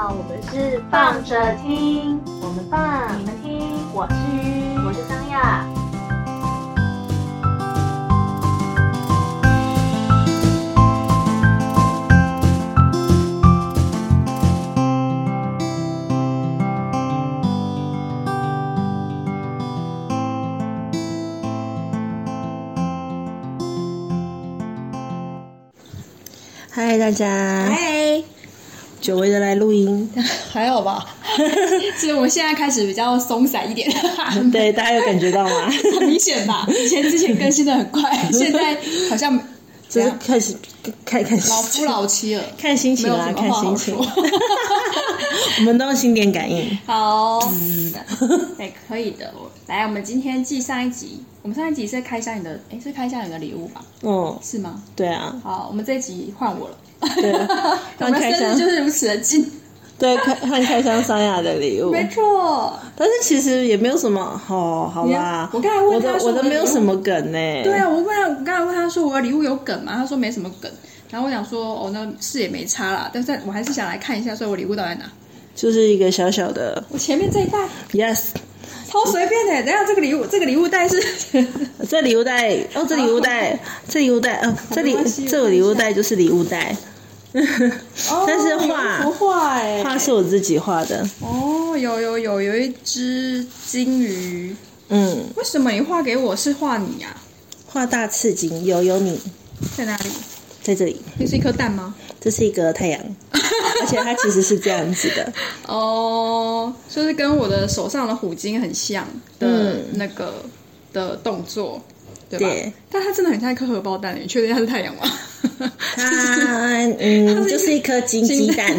好，我们是放着听，我们放，你们听，我是鱼，我是桑亚。 嗨，大家！ 嗨， 久违的来录音， 还好吧？其实我们现在开始比较松散一点， 对，大家有感觉到吗？ 很明显吧？之前更新的很快，现在好像就是开始看老夫老妻了， 看心情啦，看心情。我们都心电感应。 好，对，可以的。来，我们今天继上一集，我们上一集是开箱你的，是开箱你的礼物吧？ 嗯， 是吗？ 对啊。 好，我们这一集换我了。 对， 我们的生日就是如此的近。 对，换开箱桑雅的礼物， 没错。 但是其实也没有什么好啦。 我刚才问他说我的没有什么梗呢。 对啊，我刚才问他说我的礼物有梗吗？他说没什么梗。然后我想说，那是也没差啦，但是我还是想来看一下，所以我礼物到底在哪？ 就是一个小小的， 我前面这一袋 ，yes， 超随便的。等一下这个礼物袋是这礼物袋哦，这礼物袋，这礼物袋，这个礼物袋就是礼物袋。但是画是我自己画的。 哦，有一只金鱼。 嗯， 为什么你画给我是画你啊？ 画大刺金，有你在哪里？ 在这里。 那是一颗蛋吗？ 这是一个太阳，而且它其实是这样子的。 哦，就是跟我的手上的虎鲸很像的那个的动作，对吧？对，但它真的很像一颗荷包蛋，你确定它是太阳吗？ 它就是一颗金鸡蛋。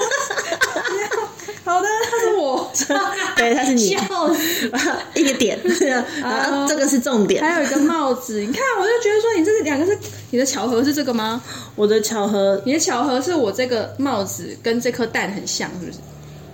好的，它是我， 对，它是你，一个点，然后这个是重点。 还有一个帽子，你看，我就觉得说，你这两个是你的巧合是这个吗？ 我的巧合， 你的巧合是我这个帽子跟这颗蛋很像，是不是？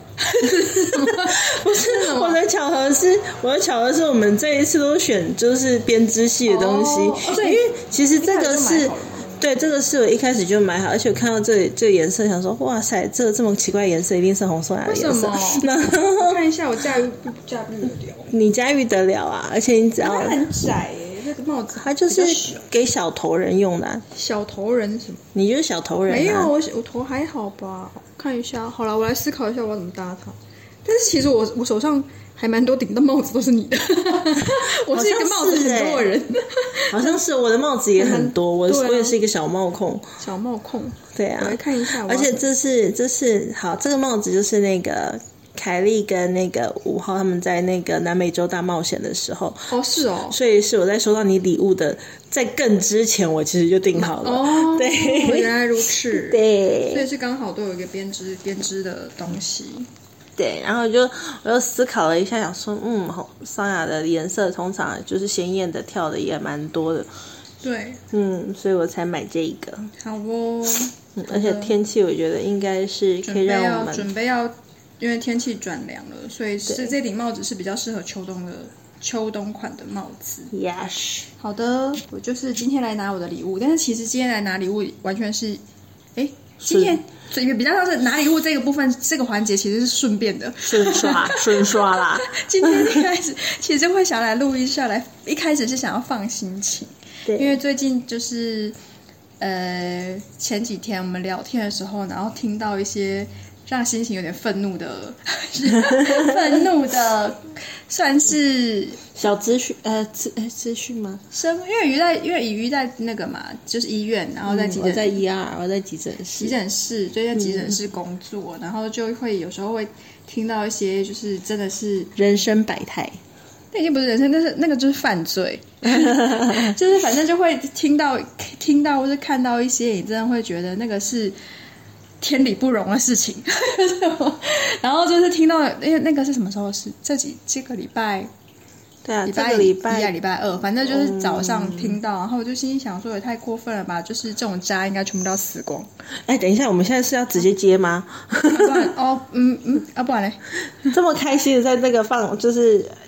不是，我的巧合是我们这一次都选就是编织系的东西，因为其实这个是。对，这个是我一开始就买好，而且我看到这个颜色，想说哇塞，这么奇怪的颜色一定是红松雅的颜色。 我看一下，我驾驭得了。 你驾驭得了啊！而且你只要它很窄耶，这个帽子它就是给小头人用的。 小头人什么？ 你就是小头人。 没有，我头还好吧？看一下，好了，我来思考一下我要怎么搭它。但是其实我手上还蛮多顶的帽子都是你的，我是一个帽子很多的人， 好像是我的帽子也很多，我也是一个小帽控。 小帽控， 对啊， 我来看一下。 而且这是好，这个帽子就是那个凯莉跟那个5号他们在那个南美洲大冒险的时候。 哦，是哦， 所以是我在收到你礼物的在更之前，我其实就订好了。 哦， 对， 原来如此。 对， 所以是刚好都有一个编织的东西。 对，然后我就思考了一下，想说，桑雅的颜色通常就是鲜艳的，跳的也蛮多的。 对， 所以我才买这一个。 好哦， 而且天气我觉得应该是可以让我们准备要，因为天气转凉了，所以这顶帽子是比较适合秋冬款的帽子。 Yes， 好的，我就是今天来拿我的礼物，但是其实今天来拿礼物完全是，今天也比较像是拿礼物这个部分，这个环节其实是顺便的， 顺刷啦。 今天一开始其实会想来录一下，一开始是想要放心情，对，因为最近就是前几天我们聊天的时候，然后听到一些让心情有点愤怒的算是小资讯，资讯吗？ 因为鱼在那个嘛，就是医院，然后在急诊， 我在ER，我在急诊室， 就在急诊室工作，然后就会有时候会听到一些就是真的是人生百态。 那已经不是人生，但是那个就是犯罪，就是反正就会听到或是看到一些，你真的会觉得那个是天理不容的事情。然后就是听到，因为那个是什么时候是这个礼拜？ 对啊，这个礼拜 1、礼拜2，反正就是早上听到，然后我就心里想说也太过分了吧，就是这种渣应该全部都要死光。 等一下，我们现在是要直接接吗？ 不然不然嘞， 这么开心的在那个放，就是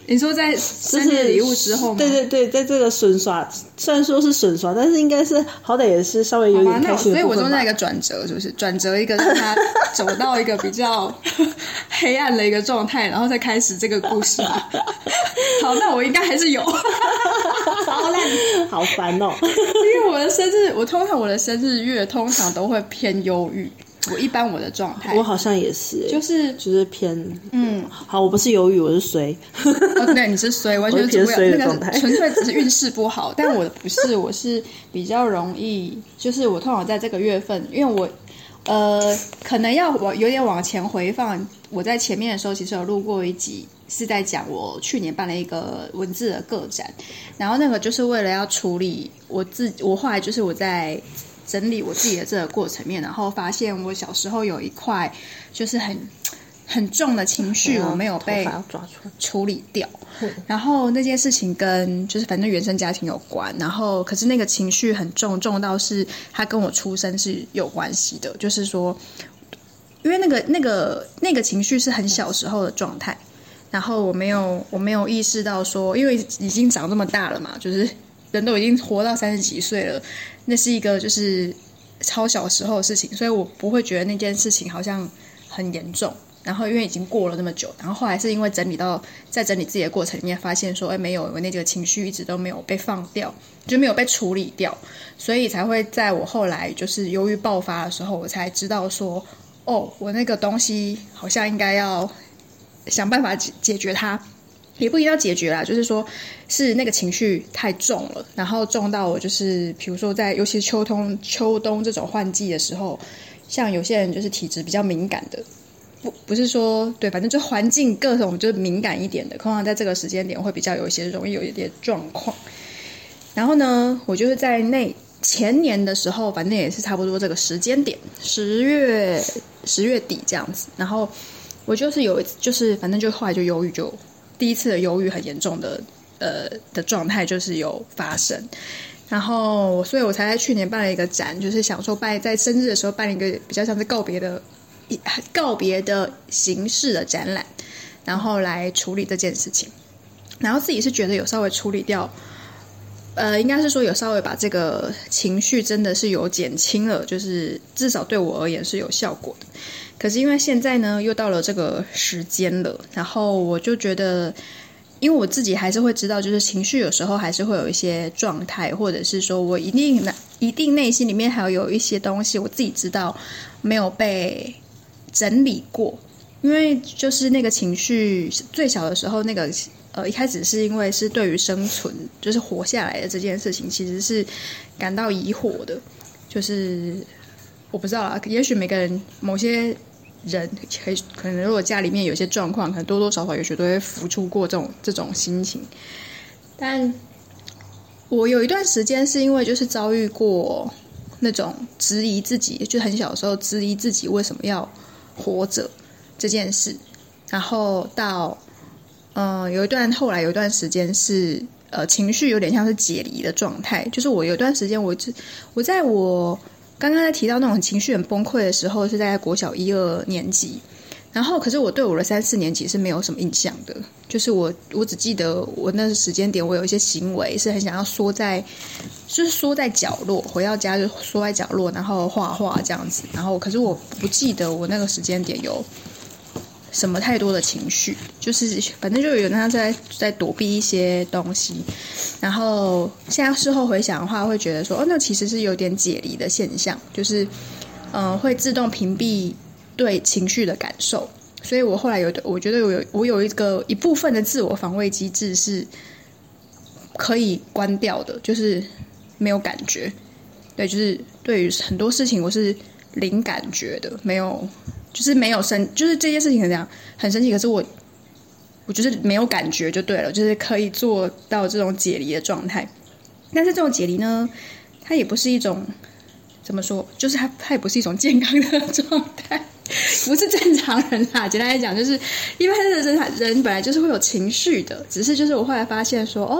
你说在生日礼物之后吗？ 对对对，在这个损耍，虽然说是损耍，但是应该是好歹也是稍微有点开心的部分吧。 所以我中间一个转折，是不是转折一个让他走到一个比较黑暗的一个状态，然后再开始这个故事。好，那我应该还是有，超烂， 好烦哦。 因为我通常我的生日月通常都会偏忧郁。我的状态， 我好像也是，就是偏好，我不是忧郁，我是衰。 对，你是衰，完全是偏衰的状态， 纯粹只是运势不好。但我不是，我是比较容易，就是我通常在这个月份，因为我可能要我有点往前回放，我在前面的时候其实有录过一集，是在讲我去年办了一个文字的个展，然后那个就是为了要处理我后来就是我在整理我自己的这个过程面，然后发现我小时候有一块就是很重的情绪，我没有被处理掉。然后那件事情跟就是反正原生家庭有关，然后可是那个情绪很重到是它跟我出生是有关系的，就是说，因为那个情绪是很小时候的状态，然后我没有意识到说，因为已经长这么大了嘛，就是人都已经活到30几岁了。那是一个就是超小时候的事情，所以我不会觉得那件事情好像很严重。然后因为已经过了那么久，然后后来是因为在整理自己的过程里面发现说，没有，我那个情绪一直都没有被放掉，就没有被处理掉，所以才会在我后来就是忧郁爆发的时候，我才知道说，我那个东西好像应该要想办法解决它。也不一定要解决啦，就是说是那个情绪太重了，然后重到我就是比如说尤其秋冬这种换季的时候，像有些人就是体质比较敏感的，不是说对，反正就环境各种就是敏感一点的，通常在这个时间点会比较容易有一点状况。然后呢，我就是在前年的时候，反正也是差不多这个时间点，10月底这样子，然后我就是反正就后来就忧郁，就第一次的忧郁很严重的状态就是有发生，然后所以我才在去年办了一个展，就是想说在生日的时候办一个比较像是告别的形式的展览，然后来处理这件事情，然后自己是觉得有稍微处理掉，应该是说有稍微把这个情绪真的是有减轻了，就是至少对我而言是有效果的。可是因为现在呢又到了这个时间了，然后我就觉得，因为我自己还是会知道，就是情绪有时候还是会有一些状态，或者是说我一定内心里面还有一些东西我自己知道没有被整理过，因为就是那个情绪最小的时候，那个一开始是因为是对于生存就是活下来的这件事情其实是感到疑惑的，就是我不知道啦，也许每个人某些人可能如果家里面有些状况，可能多多少少也许都会浮出过这种心情。但我有一段时间是因为就是遭遇过那种质疑自己，就很小的时候质疑自己为什么要活着这件事，然后到后来有一段时间是情绪有点像是解离的状态，就是我有一段时间我在我刚刚在提到那种情绪很崩溃的时候是在国小1、2年级，然后可是我对我的3、4年级是没有什么印象的，就是我只记得我那时间点我有一些行为是很想要缩在角落，回到家就缩在角落，然后画画这样子，然后可是我不记得我那个时间点有什么太多的情绪，就是反正就有那在躲避一些东西，然后现在事后回想的话会觉得说那其实是有点解离的现象，就是会自动屏蔽对情绪的感受，所以我后来我觉得我有一部分的自我防卫机制是可以关掉的，就是没有感觉，对，就是对于很多事情我是零感觉的，没有。就是没有就是这件事情很生气，可是我就是没有感觉就对了，就是可以做到这种解离的状态。但是这种解离呢，它也不是一种怎么说，就是它也不是一种健康的状态，不是正常人啦。简单来讲，就是一般的人本来就是会有情绪的，只是就是我后来发现说，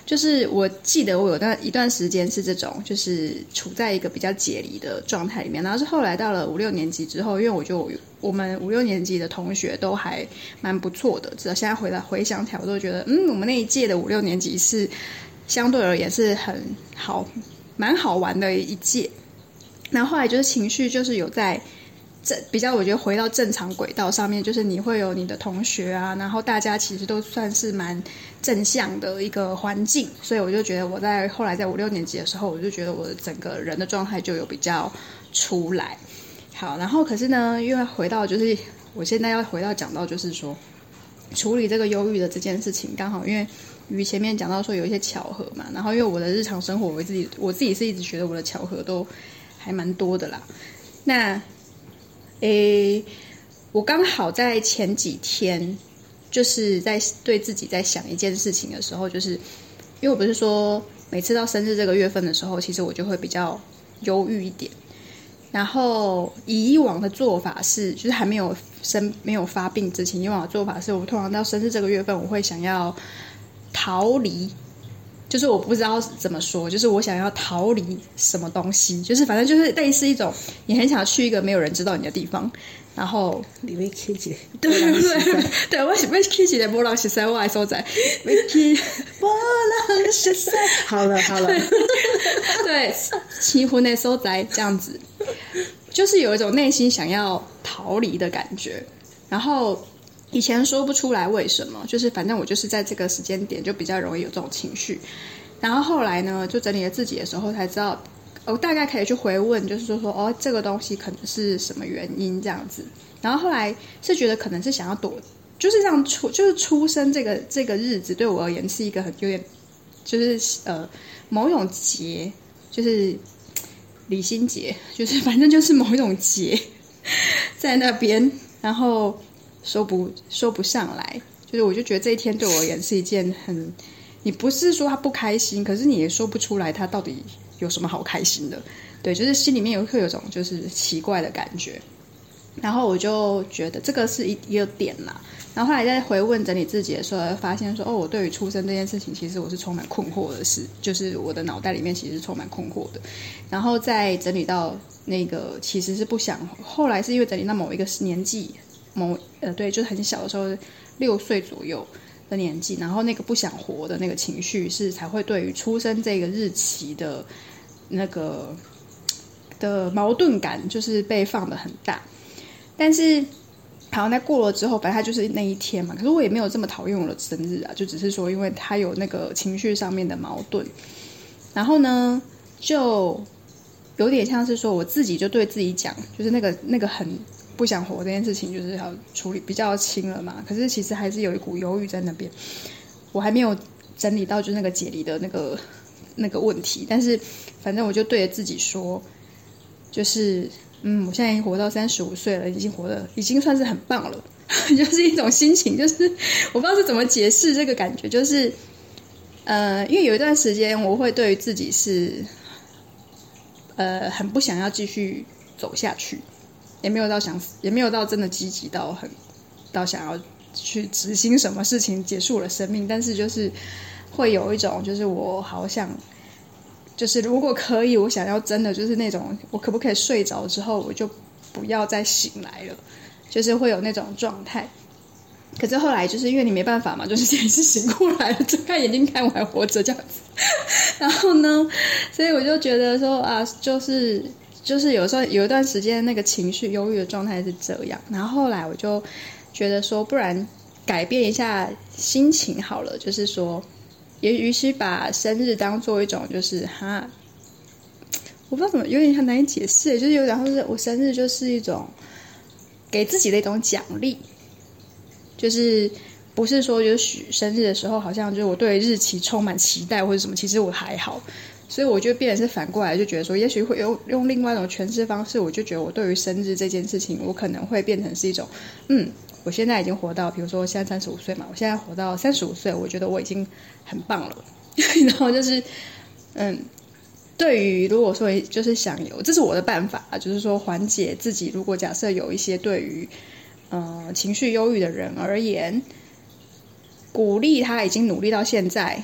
就是我记得我有一段时间是这种，就是处在一个比较解离的状态里面，然后是后来到了5、6年级之后，因为我们5、6年级的同学都还蛮不错的，直到现在回想起来，我都觉得我们那一届的5、6年级是相对而言是很好蛮好玩的一届。然后后来就是情绪就是有在比较我觉得回到正常轨道上面，就是你会有你的同学啊，然后大家其实都算是蛮正向的一个环境，所以我就觉得我后来在5、6年级的时候，我就觉得我的整个人的状态就有比较出来。好，然后可是呢，因为回到就是我现在要回到讲到就是说处理这个忧郁的这件事情，刚好因为于前面讲到说有一些巧合嘛，然后因为我的日常生活我自己是一直觉得我的巧合都还蛮多的啦。那我刚好在前几天就是在对自己在想一件事情的时候，就是因为我不是说每次到生日这个月份的时候，其实我就会比较忧郁一点。然后以往的做法是，就是还没有发病之前，以往的做法是我通常到生日这个月份，我会想要逃离，就是我不知道怎么说，就是我想要逃离什么东西，就是反正就是类似一种你很想去一个没有人知道你的地方，然后你要去一个对，我是要去一个没人熟悉我的所在，要去没人熟悉。 好了， 对，七婚的所在这样子，就是有一种内心想要逃离的感觉，然后以前说不出来为什么，就是反正我就是在这个时间点就比较容易有这种情绪。然后后来呢，就整理了自己的时候才知道，我大概可以去回问，就是说这个东西可能是什么原因这样子。然后后来是觉得可能是想要就是让出生这个日子对我而言是一个很有点就是某种节，就是李心节，就是反正就是某一种节在那边，然后说不上来，就是我就觉得这一天对我而言是一件你不是说他不开心，可是你也说不出来他到底有什么好开心的，对，就是心里面会有种就是奇怪的感觉。然后我就觉得这个是一个点啦。然后后来在回问整理自己的时候，发现说我对于出生这件事情，其实我是充满困惑的事，就是我的脑袋里面其实是充满困惑的。然后再整理到那个其实是不想，后来是因为整理到某一个年纪，对，就是很小的时候，6岁左右的年纪，然后那个不想活的那个情绪是才会对于出生这个日期的那个的矛盾感就是被放得很大。但是好像在过了之后，反正他就是那一天嘛，可是我也没有这么讨厌我的生日啊，就只是说因为他有那个情绪上面的矛盾，然后呢就有点像是说我自己就对自己讲，就是那个很不想活这件事情就是要处理比较轻了嘛，可是其实还是有一股忧郁在那边，我还没有整理到就是那个解离的那个问题。但是反正我就对着自己说，就是我现在已经活到35岁了，已经算是很棒了就是一种心情，就是我不知道是怎么解释这个感觉，就是因为有一段时间我会对于自己是很不想要继续走下去，也没有到真的积极到想要去执行什么事情结束了生命，但是就是会有一种就是我好想，就是如果可以，我想要真的就是那种我可不可以睡着之后我就不要再醒来了，就是会有那种状态。可是后来就是因为你没办法嘛，就是也是醒过来了，睁开眼睛看我还活着这样子然后呢所以我就觉得说啊，就是有时候有一段时间那个情绪忧郁的状态是这样，然后后来我就觉得说不然改变一下心情好了，就是说也许把生日当做一种就是我不知道怎么有点很难以解释，就是有点像是我生日就是一种给自己的一种奖励，就是不是说就是生日的时候好像就是我对日期充满期待或者什么，其实我还好，所以我就变成是反过来就觉得说也许会用另外一种诠释方式，我就觉得我对于生日这件事情我可能会变成是一种我现在已经活到比如说现在35岁嘛，我现在活到35岁，我觉得我已经很棒了然后就是对于如果说就是想有，这是我的办法就是说缓解自己，如果假设有一些对于情绪忧郁的人而言，鼓励他已经努力到现在，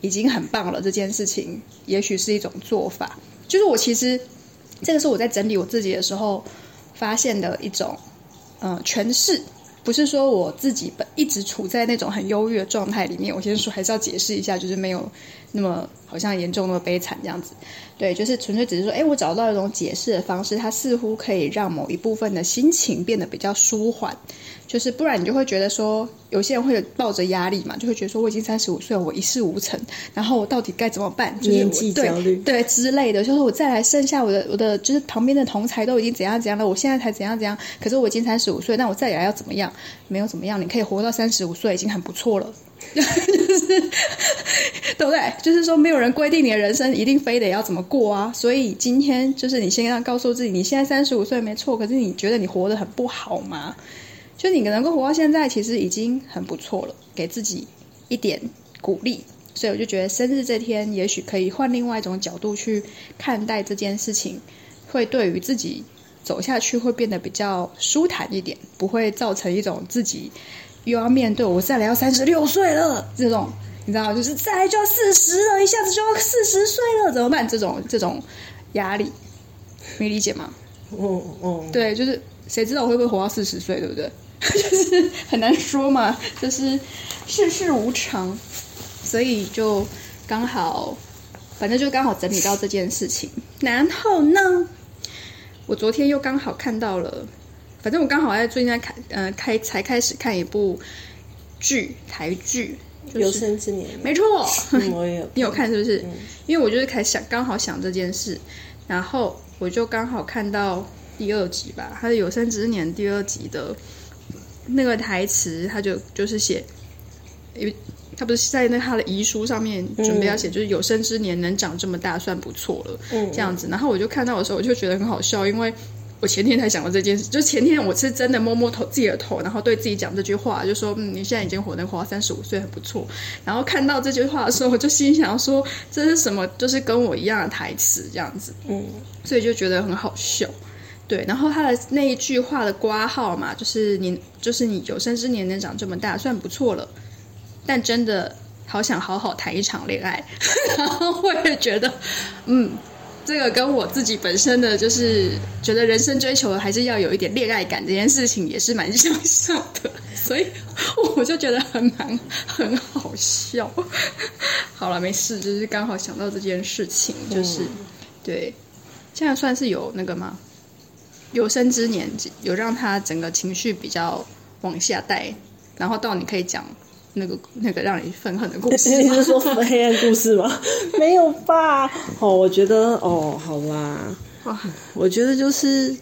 已经很棒了，这件事情也许是一种做法。就是我其实这个是我在整理我自己的时候发现的一种诠释，不是说我自己一直处在那种很优越的状态里面。我先说还是要解释一下，就是没有那么好像严重那么悲惨这样子。对，就是纯粹只是说我找到一种解释的方式，它似乎可以让某一部分的心情变得比较舒缓。就是不然你就会觉得说，有些人会抱着压力嘛，就会觉得说我已经35岁了，我一事无成，然后我到底该怎么办？就是年纪焦虑， 对之类的，就是我再来剩下我的就是旁边的同才都已经怎样怎样了，我现在才怎样怎样，可是我已经35岁，那我再来要怎么样？没有怎么样，你可以活到35岁已经很不错了。就是对不对？就是说没有人规定你的人生一定非得要怎么过啊，所以今天就是你先要告诉自己，你现在35岁没错，可是你觉得你活得很不好吗？就你能够活到现在其实已经很不错了，给自己一点鼓励。所以我就觉得生日这天也许可以换另外一种角度去看待这件事情，会对于自己走下去会变得比较舒坦一点，不会造成一种自己又要面对我再来要36岁了这种，你知道，就是再来就要40了，一下子就要40岁了，怎么办？这种压力，没理解吗？对，就是谁知道我会不会活到40岁，对不对？就是很难说嘛，就是世事无常，所以就刚好，反正就刚好整理到这件事情。然后呢，我昨天又刚好看到了。反正我刚好在最近才开始看一部剧，台剧， 有生之年， 没错， 我也有， 你有看是不是？因为我就是刚好想这件事，然后我就刚好看到第2集吧，他的有生之年第2集的那个台词，他就是写，他不是在他的遗书上面准备要写，就是有生之年能长这么大算不错了，这样子。然后我就看到的时候，我就觉得很好笑，因为我前天才想到这件事，就前天我是真的摸自己的头，然后对自己讲这句话，就说你现在已经活到35岁很不错。然后看到这句话的时候，我就心想说这是什么，就是跟我一样的台词这样子，所以就觉得很好笑。对，然后他的那一句话的括号嘛，就是你有生之年能长这么大算不错了，但真的好想好好谈一场恋爱。然后我也觉得这个跟我自己本身的就是觉得人生追求还是要有一点恋爱感这件事情也是蛮相像的，所以我就觉得很好笑。好了，没事，就是刚好想到这件事情，就是对，这样算是有那个吗？有生之年有让他整个情绪比较往下带，然后到你可以讲那个让你愤恨的故事。 你是说黑暗故事吗？没有吧？我觉得好啦，我觉得就是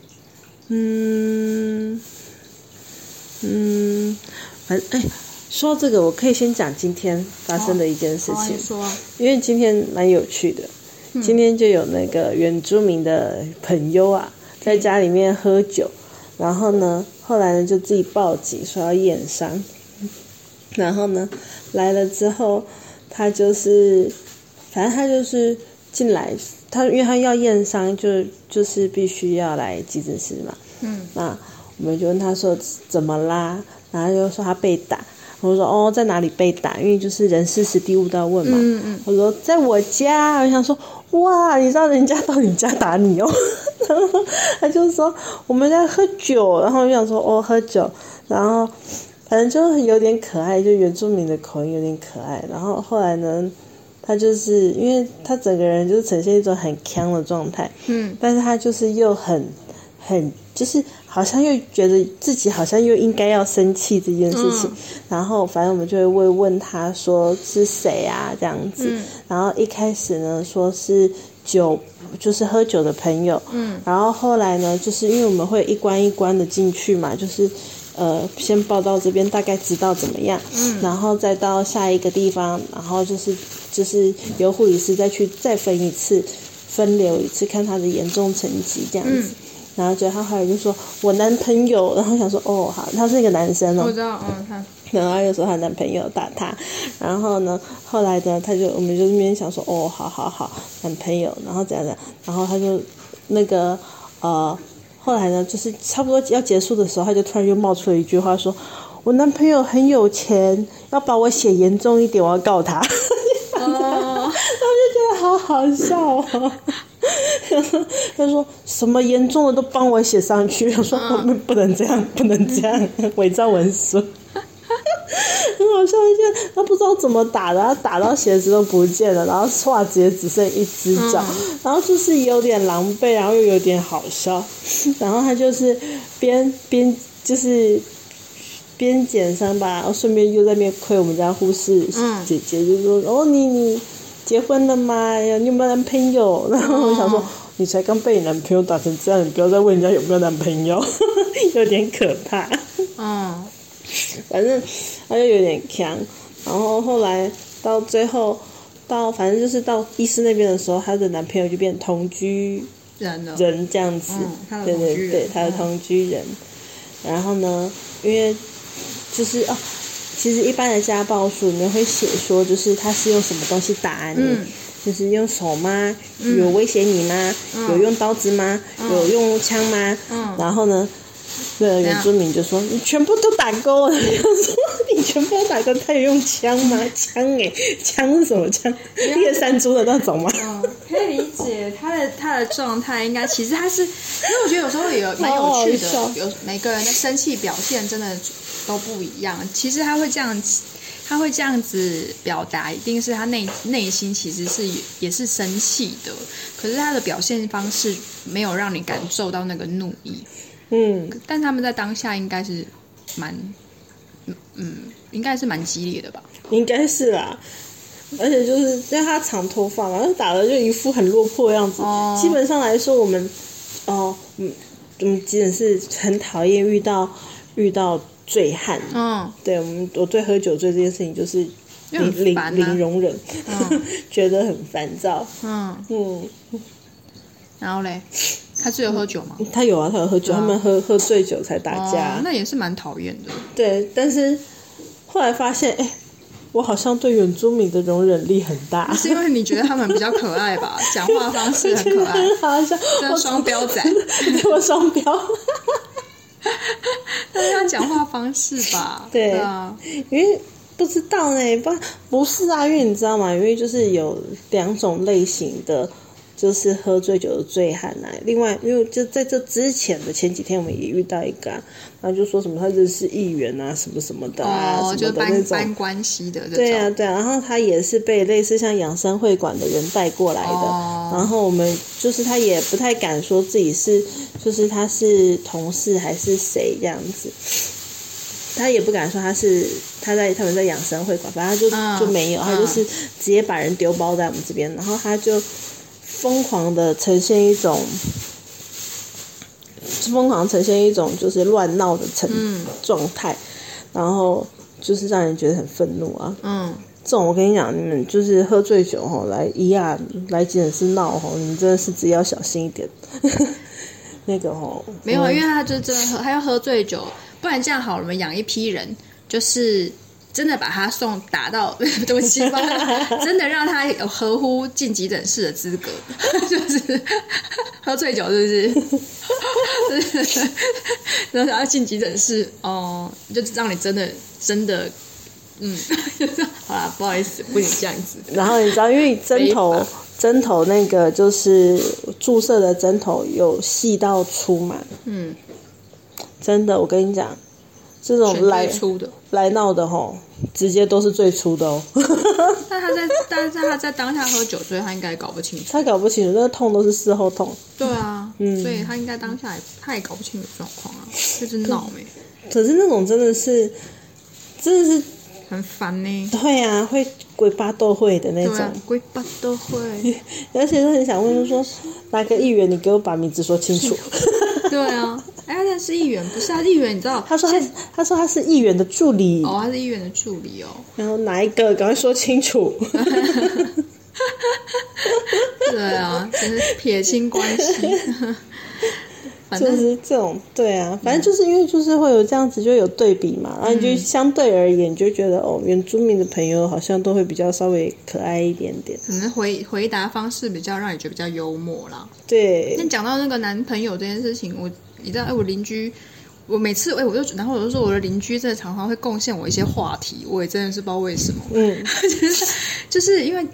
反正说到这个，我可以先讲今天发生的一件事情，因为今天蛮有趣的。今天就有那个原住民的朋友啊，在家里面喝酒，然后呢，后来呢就自己报警说要验伤。然后呢，来了之后，他就是进来，因为他要验伤，就是必须要来急诊室嘛。那我们就问他说怎么啦，然后他就说他被打。我说在哪里被打？因为就是人事时地物都要问嘛。我说在我家。我想说哇，你知道人家到你家打你哦？然后他就说我们在喝酒，然后我就想说喝酒，然后反正就有点可爱，就原住民的口音有点可爱。然后后来呢，他就是因为他整个人就是呈现一种很呛的状态，但是他就是又很就是好像又觉得自己好像又应该要生气这件事情，然后反正我们就会问他说是谁啊这样子，然后一开始呢说是就是喝酒的朋友，然后后来呢就是因为我们会一关一关的进去嘛，就是先报到这边大概知道怎么样，然后再到下一个地方，然后就是由护理师再分流一次看他的严重程级这样子。然后他后来就说我男朋友，然后想说好，他是一个男生我知道， 然后他就说他男朋友打他，然后呢后来呢我们就那边想说好男朋友，然后怎样，然后他就那个后来呢就是差不多要结束的时候，他就突然又冒出了一句话说我男朋友很有钱，要把我写严重一点，我要告他。 好笑哦。他说什么严重的都帮我写上去，我说我们不能这样，不能这样，伪造文书。很好笑一件，他不知道怎么打的，他打到鞋子都不见了，然后袜子也只剩一只脚，然后就是有点狼狈，然后又有点好笑，然后他就是边就是边减伤吧，然后顺便又在那边亏我们家护士姐姐，就说哦你结婚了吗？你有没有男朋友？然后我想说，你才刚被你男朋友打成这样，你不要再问人家有没有男朋友，有点可怕。反正他就有点强，然后后来到最后反正就是到医师那边的时候，她的男朋友就变同居人这样子，对对对，他的同居人。然后呢，因为就是其实一般的家暴书里面会写说，就是他是用什么东西打你，就是用手吗？有威胁你吗？有用刀子吗？有用枪吗？然后呢，那个原住民就说你全部都打勾了。我说你全部都打勾，他有用枪吗？枪枪是什么枪？猎山猪的那种吗？ 可以理解他的状态，应该其实他是，因为我觉得有时候也蛮有趣的，有每个人的生气表现真的都不一样。其实他会这样子表达，一定是他内心其实也是生气的，可是他的表现方式没有让你感受到那个怒意。但他们在当下应该是蛮激烈的吧？应该是啦。 而且就是因为他长头发嘛，他打了就一副很落魄的样子。基本上来说，我们基本是很讨厌遇到醉汉。对，我对喝酒醉这件事情就是零容忍，觉得很烦躁。 然后嘞，他是有喝酒吗？ 他有啊，他有喝酒，他们喝醉酒才打架。 那也是蛮讨厌的。 对，但是后来发现，我好像对原住民的容忍力很大。 是因为你觉得他们比较可爱吧？讲话方式很可爱， 好笑。 我双标仔， 我双标。 但是他讲话方式吧， 对啊，因为不知道呢，不是啊，因为你知道吗？因为就是有2种类型的。就是喝醉酒的醉汉啊，另外因为就在这之前的前几天我们也遇到一个然后就说什么他认识议员啊什么什么的什么的那种搬关系的这种。 对啊，然后他也是被类似像养生会馆的人带过来的，然后我们就是他也不太敢说自己是就是他是同事还是谁这样子，他也不敢说他们在养生会馆，反正他就没有，他就是直接把人丢包在我们这边，然后他就疯狂的呈现一种就是乱闹的状态，然后就是让人觉得很愤怒啊。这种我跟你讲，你们就是喝醉酒来来急诊室闹你们真的是自己要小心一点。那个没有，因为他就真的他要喝醉酒，不然这样好了，我们养一批人，就是真的把他打到对不起，真的让他有合乎进急诊室的资格，就是喝醉酒是不是？然后他要进急诊室就让你真的好啦，不好意思，不能这样子。 然后你知道，因为针头那个就是注射的针头有细到粗嘛，真的，我跟你讲。这种来闹的直接都是最粗的但是他在当下喝酒醉，他应该搞不清楚。 他搞不清楚，那个痛都是事后痛。 对啊，所以他应该当下他也搞不清楚状况啊，就是闹没。 可是那种真的是很烦呢。 对啊，会鬼巴都会的那种， 鬼巴都会。 而且是很想问，就说哪个议员，你给我把名字说清楚。 对啊。他是议员，不是他是议员，你知道？ 他说他是议员的助理。 他是议员的助理然后哪一个？赶快说清楚。 对啊，真是撇清关系。 就是这种，对啊，反正就是因为就是会有这样子，就有对比嘛，然后你就相对而言，你就觉得原住民的朋友好像都会比较稍微可爱一点点， 可能回答方式比较让你觉得比较幽默啦。 对。 那讲到那个男朋友这件事情，你知道，我邻居，我每次然后我就说我的邻居真的常常会贡献我一些话题，我也真的是不知道为什么。就是因为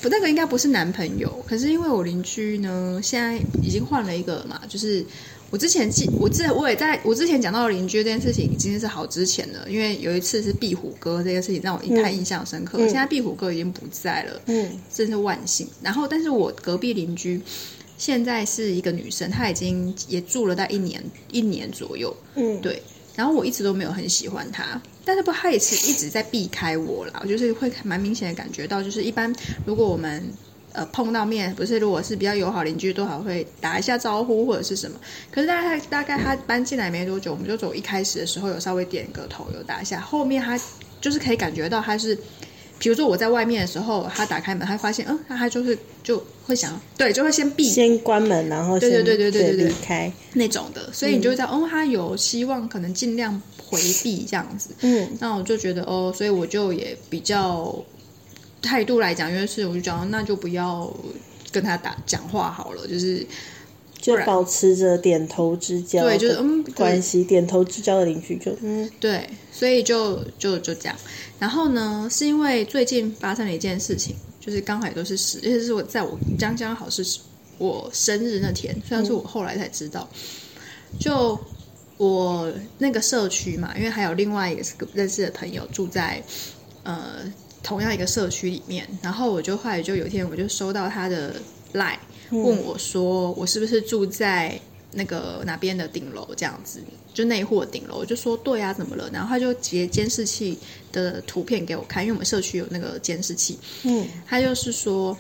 那个应该不是男朋友，可是因为我邻居呢，现在已经换了一个嘛，就是我之前讲到邻居这件事情已经是好之前了，因为有一次是壁虎哥这件事情让我太印象深刻，现在壁虎哥已经不在了，真是万幸。然后，但是我隔壁邻居现在是一个女生，她已经也住了大概一年左右，对。然后我一直都没有很喜欢她，但是她也是一直在避开我啦，我就是会蛮明显的感觉到，就是一般如果我们碰到面，不是如果是比较友好邻居，都还会打一下招呼或者是什么。可是大概他搬进来没多久，我们就走一开始的时候有稍微点个头，有打一下。后面他就是可以感觉到他是，比如说我在外面的时候，他打开门，他发现他就会想，对，就会先关门，然后对离开那种的。所以你就会知道，他有希望可能尽量回避这样子。那我就觉得所以我就也比较。态度来讲，因为是我就讲，那就不要跟他讲话好了， 就保持着点头之交， 对，就是关系，点头之交的邻居就对，所以就这样。然后呢，是因为最近发生了一件事情，就是刚好也都是而且是在我刚好是我生日那天，虽然是我后来才知道，就我那个社区嘛，因为还有另外一个认识的朋友住在同样一个社区里面，然后我就后来就有一天我就收到他的 LINE 问我说我是不是住在那个哪边的顶楼这样子，就内户的顶楼，我就说对啊，怎么了？然后他就截监视器的图片给我看，因为我们社区有那个监视器，他就是说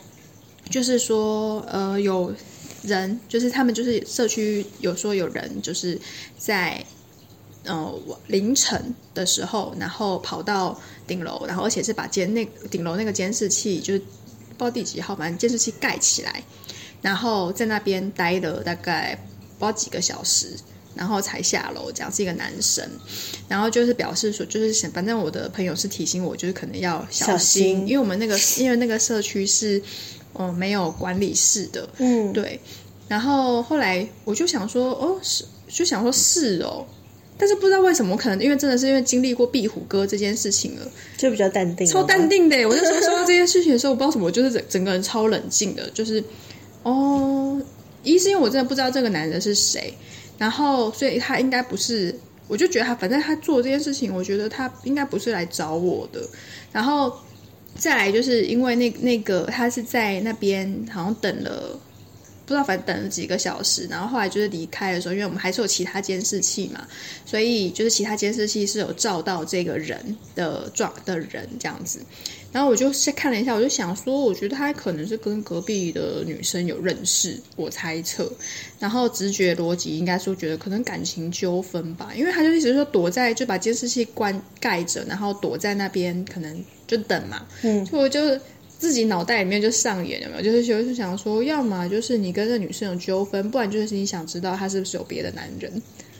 有人，就是他们就是社区有说有人就是在凌晨的时候，然后跑到顶楼，然后而且是把顶楼那个监视器，就是不知道第几号，反正监视器盖起来，然后在那边待了大概不知道几个小时，然后才下楼，这样是一个男生，然后就是表示说，就是反正我的朋友是提醒我，就是可能要小心，因为那个社区是没有管理室的，对。然后后来我就想说，是哦。但是不知道为什么，可能因为真的是因为经历过壁虎哥这件事情了， 就比较淡定， 超淡定的。我那时候收到这件事情的时候，我不知道什么，我就是整个人超冷静的，就是一是因为我真的不知道这个男人是谁，然后所以他应该不是，我就觉得反正他做这件事情，我觉得他应该不是来找我的。然后再来就是因为那个他是在那边好像等了。不知道，反正等了几个小时，然后后来就是离开的时候，因为我们还是有其他监视器嘛，所以就是其他监视器是有照到这个人的人这样子。然后我就看了一下，我就想说，我觉得他可能是跟隔壁的女生有认识，我猜测。然后直觉逻辑应该说觉得可能感情纠纷吧，因为他就一直说就把监视器盖着，然后躲在那边，可能就等嘛。所以我就。自己脑袋里面就上演，有没有？就是想说，要么就是你跟这女生有纠纷，不然就是你想知道她是不是有别的男人。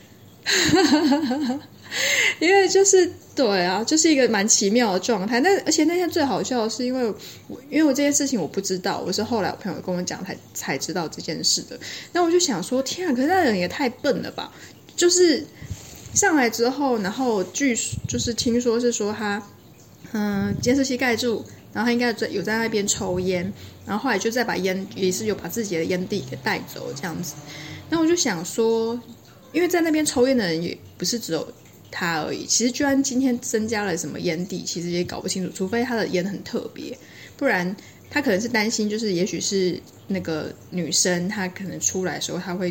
因为对啊，就是一个蛮奇妙的状态。而且那天最好笑的是，因为我这件事情我不知道，我是后来我朋友跟我讲才知道这件事的。那我就想说，天啊，可是那人也太笨了吧！就是上来之后，然后就是听说是说他监视器盖住。然后他应该有在那边抽烟，然后后来就再把烟也是有把自己的烟蒂给带走这样子。那我就想说，因为在那边抽烟的人也不是只有他而已，其实就算今天增加了什么烟蒂，其实也搞不清楚，除非他的烟很特别，不然他可能是担心，就是也许是那个女生她可能出来的时候，她会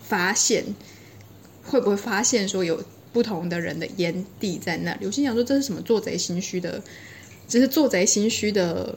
不会发现说有不同的人的烟蒂在那里？我心想说这是什么做贼心虚的。只是做贼心虚的，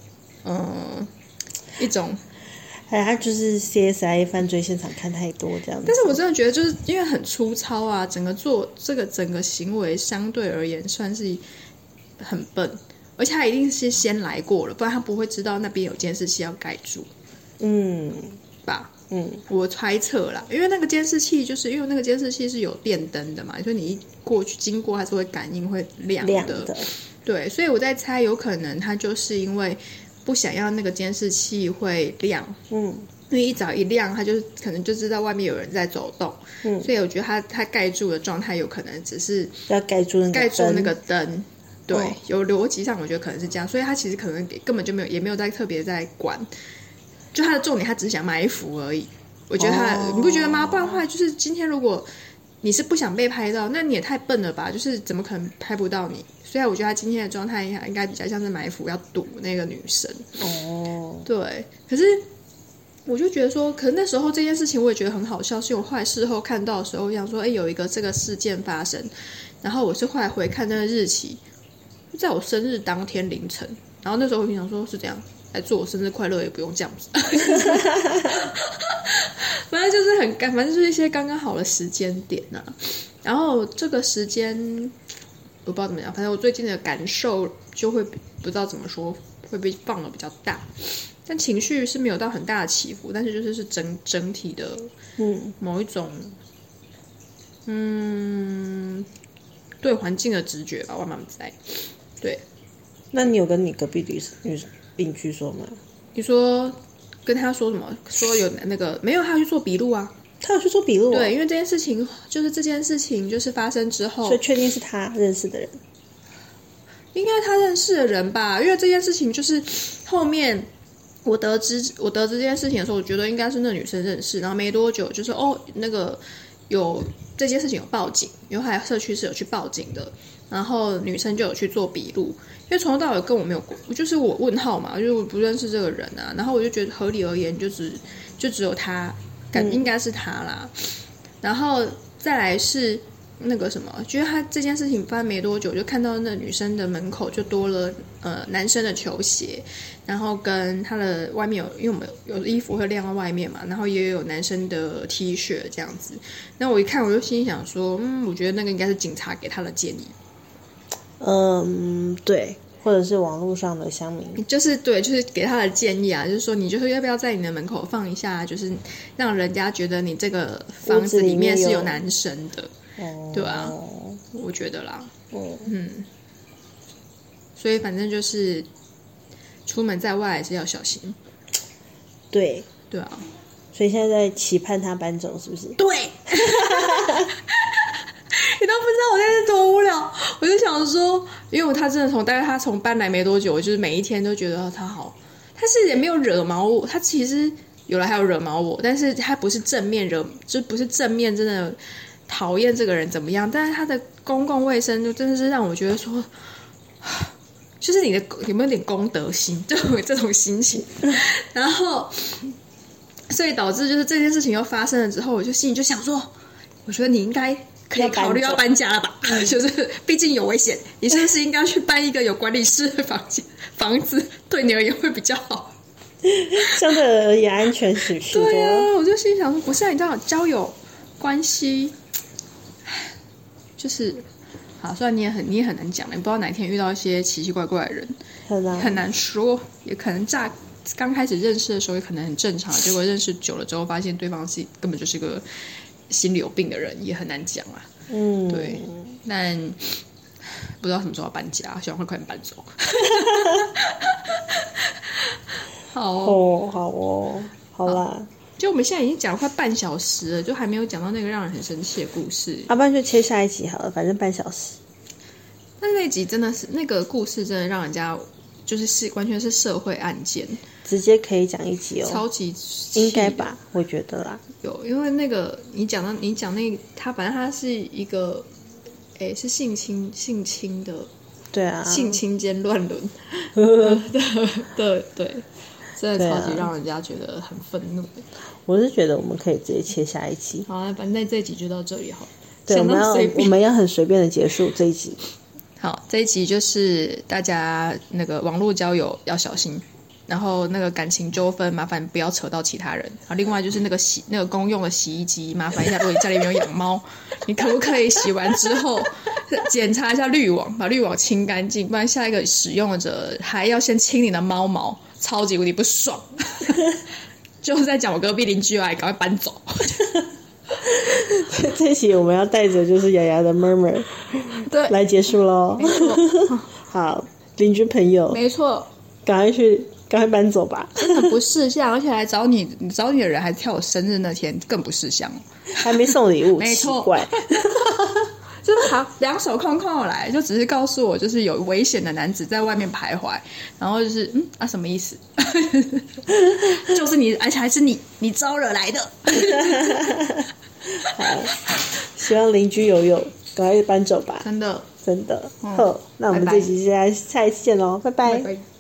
一种， 他就是 CSI 犯罪现场看太多这样子。 但是我真的觉得，就是因为很粗糙啊，整个行为相对而言算是很笨，而且他一定是先来过了，不然他不会知道那边有监视器要盖住，吧？我猜测啦，因为那个监视器是有电灯的嘛，所以你一过去经过，它是会感应会亮的。对，所以我在猜，有可能他就是因为不想要那个监视器会亮，因为一早一亮，他就可能就知道外面有人在走动，所以我觉得他盖住的状态有可能只是要盖住那个灯， 对，有逻辑上我觉得可能是这样，所以他其实可能根本就也没有在特别在管，就他的重点他只是想埋伏而已。我觉得你不觉得吗？不然的话，就是今天如果你是不想被拍到，那你也太笨了吧？就是怎么可能拍不到你？所以我觉得他今天的状态应该比较像是埋伏，要堵那个女生。对。可是我就觉得说，可能那时候这件事情我也觉得很好笑，是我后来事后看到的时候，我想说，有一个这个事件发生，然后我是后来回看那个日期，在我生日当天凌晨，然后那时候我想说是这样，来祝我生日快乐也不用这样子。反正就是反正就是一些刚刚好的时间点啊。然后这个时间我不知道怎么样，反正我最近的感受就会不知道怎么说，会被放的比较大，但情绪是没有到很大的起伏，但是就是整体的某一种对环境的直觉吧，我慢慢在。对， 那你有跟你隔壁邻居说吗？ 你说跟他说什么？说有那个没有，他要去做笔录啊。 他有去做笔录对，因为这件事情就是发生之后， 所以确定是他认识的人， 应该他认识的人吧？因为这件事情就是后面我得知这件事情的时候，我觉得应该是那女生认识，然后没多久就是那个有这件事情有报警，因为后来社区是有去报警的，然后女生就有去做笔录，因为从头到尾跟我没有过，就是我问号嘛，就是我不认识这个人啊，然后我就觉得合理而言就只有他。应该是他啦，然后再来是那个什么，觉得他这件事情发生没多久，就看到那女生的门口就多了男生的球鞋，然后跟他的外面因为我们有衣服会晾在外面嘛，然后也有男生的 T 恤这样子。那我一看我就心想说，我觉得那个应该是警察给他的建议。 对。或者是网络上的乡民， 就是给他的建议啊，就是说你就是要不要在你的门口放一下，就是让人家觉得你这个房子里面是有男生的，对啊，我觉得啦，所以反正就是出门在外还是要小心， 对啊， 所以现在在期盼他搬走，是不是？ 对。你都不知道我现在是多无聊，我就想说，因为他真的大概他从搬来没多久，我就是每一天都觉得他好，他是也没有惹毛我，他其实还有惹毛我，但是他不是正面就不是正面真的讨厌这个人怎么样，但是他的公共卫生就真的是让我觉得说，就是你的有没有点公德心，就有这种心情，然后所以导致就是这件事情又发生了之后，我就心里就想说，我觉得你应该可以考虑要搬家了吧？就是毕竟有危险，你是不是应该去搬一个有管理室的房子，对你而言会比较好？ 相对而言安全许多。 对啊，我就心想说，不是啊，你知道交友关系就是好，虽然你也很难讲，你不知道哪天遇到一些奇奇怪怪的人，很难说，也可能刚开始认识的时候也可能很正常，结果认识久了之后，发现对方根本就是个心里有病的人，也很难讲啦。对，但不知道什么时候要搬家，希望会快点搬走。 好啦。 就我们现在已经讲了快半小时了，就还没有讲到那个让人很生气的故事。 不然就切下一集好了，反正半小时。 但是那一集真的是那个故事，真的让人家就是完全是社会案件， 直接可以讲一集哦， 超级应该吧？我觉得啦， 因为那个你讲那他，反正他是一个，是性侵的， 对啊， 性侵兼乱伦，对，真的超级让人家觉得很愤怒。 我是觉得我们可以直接切下一集。 好，反正这一集就到这里好了。 对，我们要很随便的结束这一集。 好，这一集就是大家那个网络交友要小心，然后那个感情纠纷麻烦不要扯到其他人。好，另外就是那个公用的洗衣机，麻烦一下，如果你家里面有养猫，你可不可以洗完之后检查一下滤网，把滤网清干净，不然下一个使用者还要先清你的猫毛，超级无敌不爽。就是在讲我隔壁邻居赶快搬走。 这期我们要带着就是雅雅的 murmur 对来结束咯。没错。好，邻居朋友， 没错， 赶快搬走吧。 真的不识相，而且来找你的人还跳我生日那天更不识相， 还没送礼物， 没错， 奇怪。 就是好两手空空的来，就只是告诉我就是有危险的男子在外面徘徊，然后就是什么意思？就是你，而且还是你招惹来的。 好，希望邻居有赶快搬走吧， 真的好，那我们这集下一次见喽，拜拜。 拜拜。